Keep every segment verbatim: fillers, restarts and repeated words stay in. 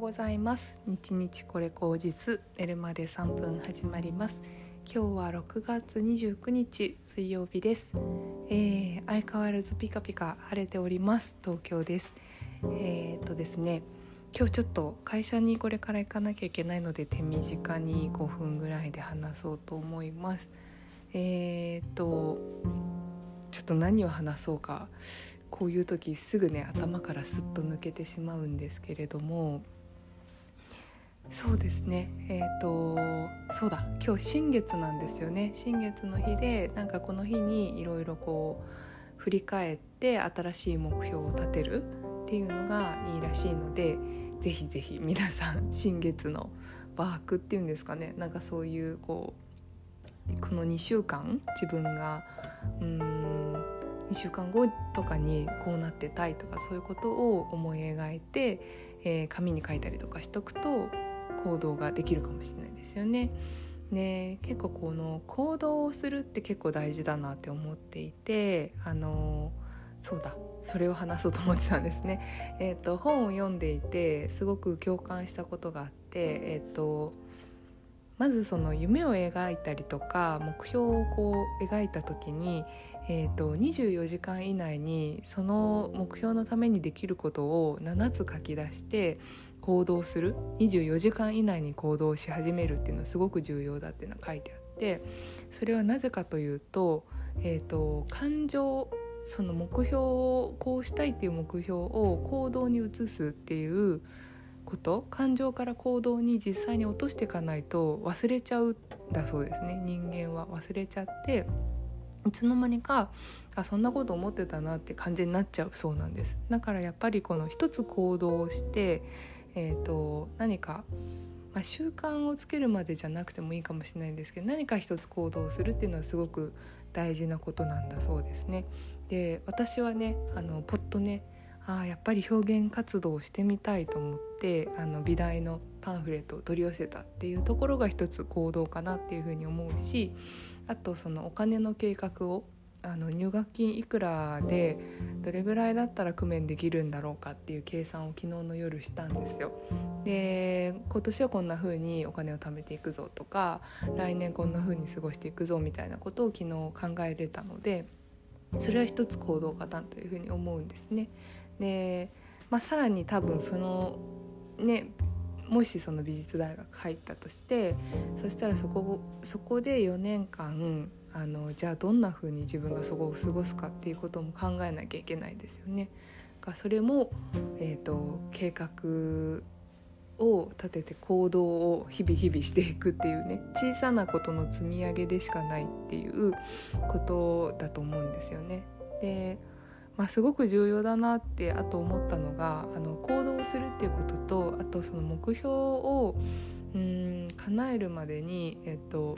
ございます。日日これ口実、寝るまでさんぷん始まります。今日はろくがつにじゅうくにち水曜日です。えー、相変わらずピカピカ晴れております。東京です。えー、っとですね今日ちょっと会社にこれから行かなきゃいけないので手短にごふんぐらいで話そうと思います。えー、っとちょっと何を話そうか、こういう時すぐね頭からスッと抜けてしまうんですけれども、そうですねえっとそうだ今日新月なんですよね。新月の日で、なんかこの日にいろいろこう振り返って新しい目標を立てるっていうのがいいらしいので、ぜひぜひ皆さん新月のワークっていうんですかね、なんかそういうこうこのにしゅうかん自分がうーんにしゅうかんごとかにこうなってたいとか、そういうことを思い描いて、えー、紙に書いたりとかしとくと行動ができるかもしれないですよね。で、結構この行動をするって結構大事だなって思っていて、あのそうだそれを話そうと思ってたんですね。えーと、本を読んでいてすごく共感したことがあって、えーとまずその夢を描いたりとか目標をこう描いた時に、えーと、にじゅうよじかん以内にその目標のためにできることをななつ書き出して行動する、にじゅうよじかん以内に行動し始めるっていうのはすごく重要だっていうのが書いてあって、それはなぜかというと、えーと、感情、その目標をこうしたいっていう目標を行動に移すっていうこと、感情から行動に実際に落としていかないと忘れちゃうんだそうですね。人間は忘れちゃっていつの間にかあそんなこと思ってたなって感じになっちゃうそうなんです。だからやっぱりこの一つ行動をして、えーと、何か、まあ、習慣をつけるまでじゃなくてもいいかもしれないんですけど、何か一つ行動するっていうのはすごく大事なことなんだそうですね。で、私はねあのポッとねあやっぱり表現活動をしてみたいと思ってあの美大のパンフレットを取り寄せたっていうところが一つ行動かなっていうふうに思うし、あとそのお金の計画をあの入学金いくらでどれぐらいだったら工面できるんだろうかっていう計算を昨日の夜したんですよ。で、今年はこんな風にお金を貯めていくぞとか、来年こんな風に過ごしていくぞみたいなことを昨日考えれたので、それは一つ行動かなというふうに思うんですね。で、まあ、さらに多分そのねもしその美術大学入ったとして、そしたらそこそこでよねんかんあのじゃあどんな風に自分がそこを過ごすかっていうことも考えなきゃいけないですよね。がそれも、えーと、計画を立てて行動を日々日々していくっていうね、小さなことの積み上げでしかないっていうことだと思うんですよね。で、まあ、すごく重要だなってあと思ったのが、あの行動するっていうことと、あとその目標をうーん叶えるまでに、えっと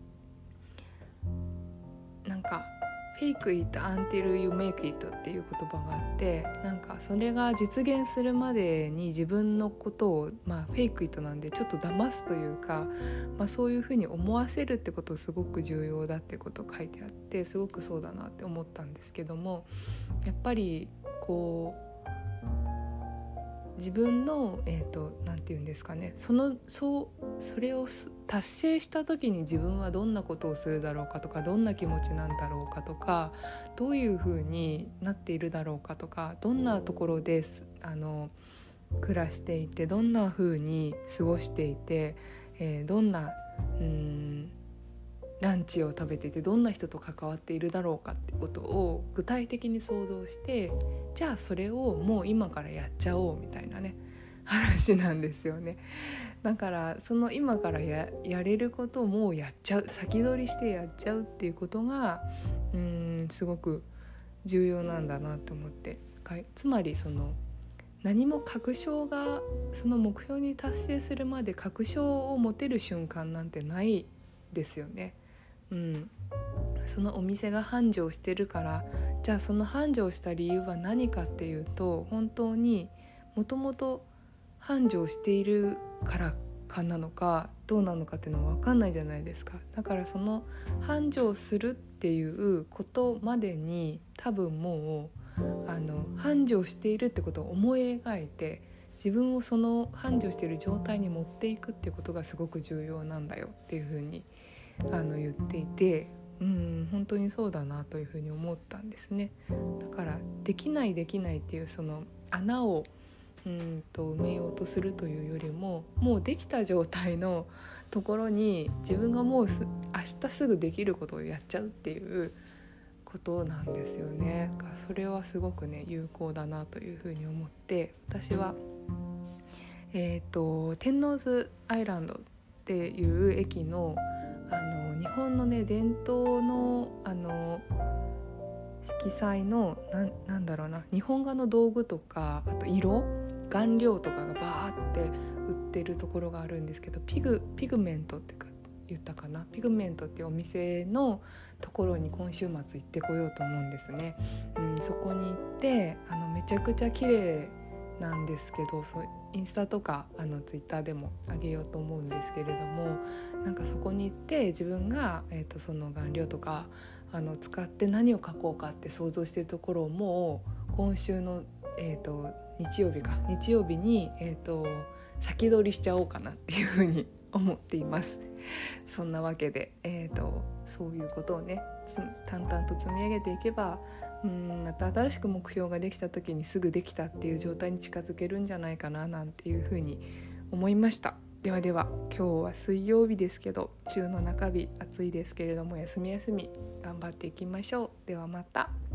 なんかfake it until you make it っていう言葉があって、なんかそれが実現するまでに自分のことを、まあフェイクイットなんでちょっと騙すというか、まあ、そういうふうに思わせるってことすごく重要だってこと書いてあって、すごくそうだなって思ったんですけども、やっぱりこう自分の、えーと、なんて言うんですかね、そのそうそれを達成した時に自分はどんなことをするだろうかとか、どんな気持ちなんだろうかとか、どういう風になっているだろうかとか、どんなところであの暮らしていて、どんな風に過ごしていて、えー、どんなうーんランチを食べていて、どんな人と関わっているだろうかってことを具体的に想像して、じゃあそれをもう今からやっちゃおうみたいなね話なんですよね。だからその今から や, やれることをもうやっちゃう、先取りしてやっちゃうっていうことがうーんすごく重要なんだなと思って、つまりその何も確証が、その目標に達成するまで確証を持てる瞬間なんてないですよね。うん、そのお店が繁盛してるから、じゃあその繁盛した理由は何かっていうと、本当にもともと繁盛しているからかなのかどうなのかっていうのは分かんないじゃないですか。だからその繁盛するっていうことまでに多分もうあの繁盛しているってことを思い描いて自分をその繁盛している状態に持っていくっていうことがすごく重要なんだよっていうふうにあの言っていて、うん本当にそうだなというふうに思ったんですね。だからできないできないっていうその穴をうんと埋めようとするというよりも、もうできた状態のところに自分がもうす明日すぐできることをやっちゃうっていうことなんですよね。だからそれはすごくね有効だなというふうに思って、私はえーと天王洲アイランドっていう駅のあの日本のね伝統のあの色彩のな、なんだろうな日本画の道具とか、あと色顔料とかがバーって売ってるところがあるんですけど、ピグピグメントってか言ったかなピグメントっていうお店のところに今週末行ってこようと思うんですね。うん、そこに行ってあのめちゃくちゃ綺麗なんですけど、そうインスタとかあのツイッターでも上げようと思うんですけれども、なんかそこに行って自分が、えーと、その顔料とかあの使って何を描こうかって想像しているところをもう今週の、えーと、日曜日か日曜日に、えーと、先取りしちゃおうかなっていうふうに思っています。そんなわけで、えーと、そういうことをね淡々と積み上げていけば、うんまた新しく目標ができた時にすぐできたっていう状態に近づけるんじゃないかななんていうふうに思いました。ではでは、今日は水曜日ですけど週の中日暑いですけれども休み休み頑張っていきましょう。ではまた。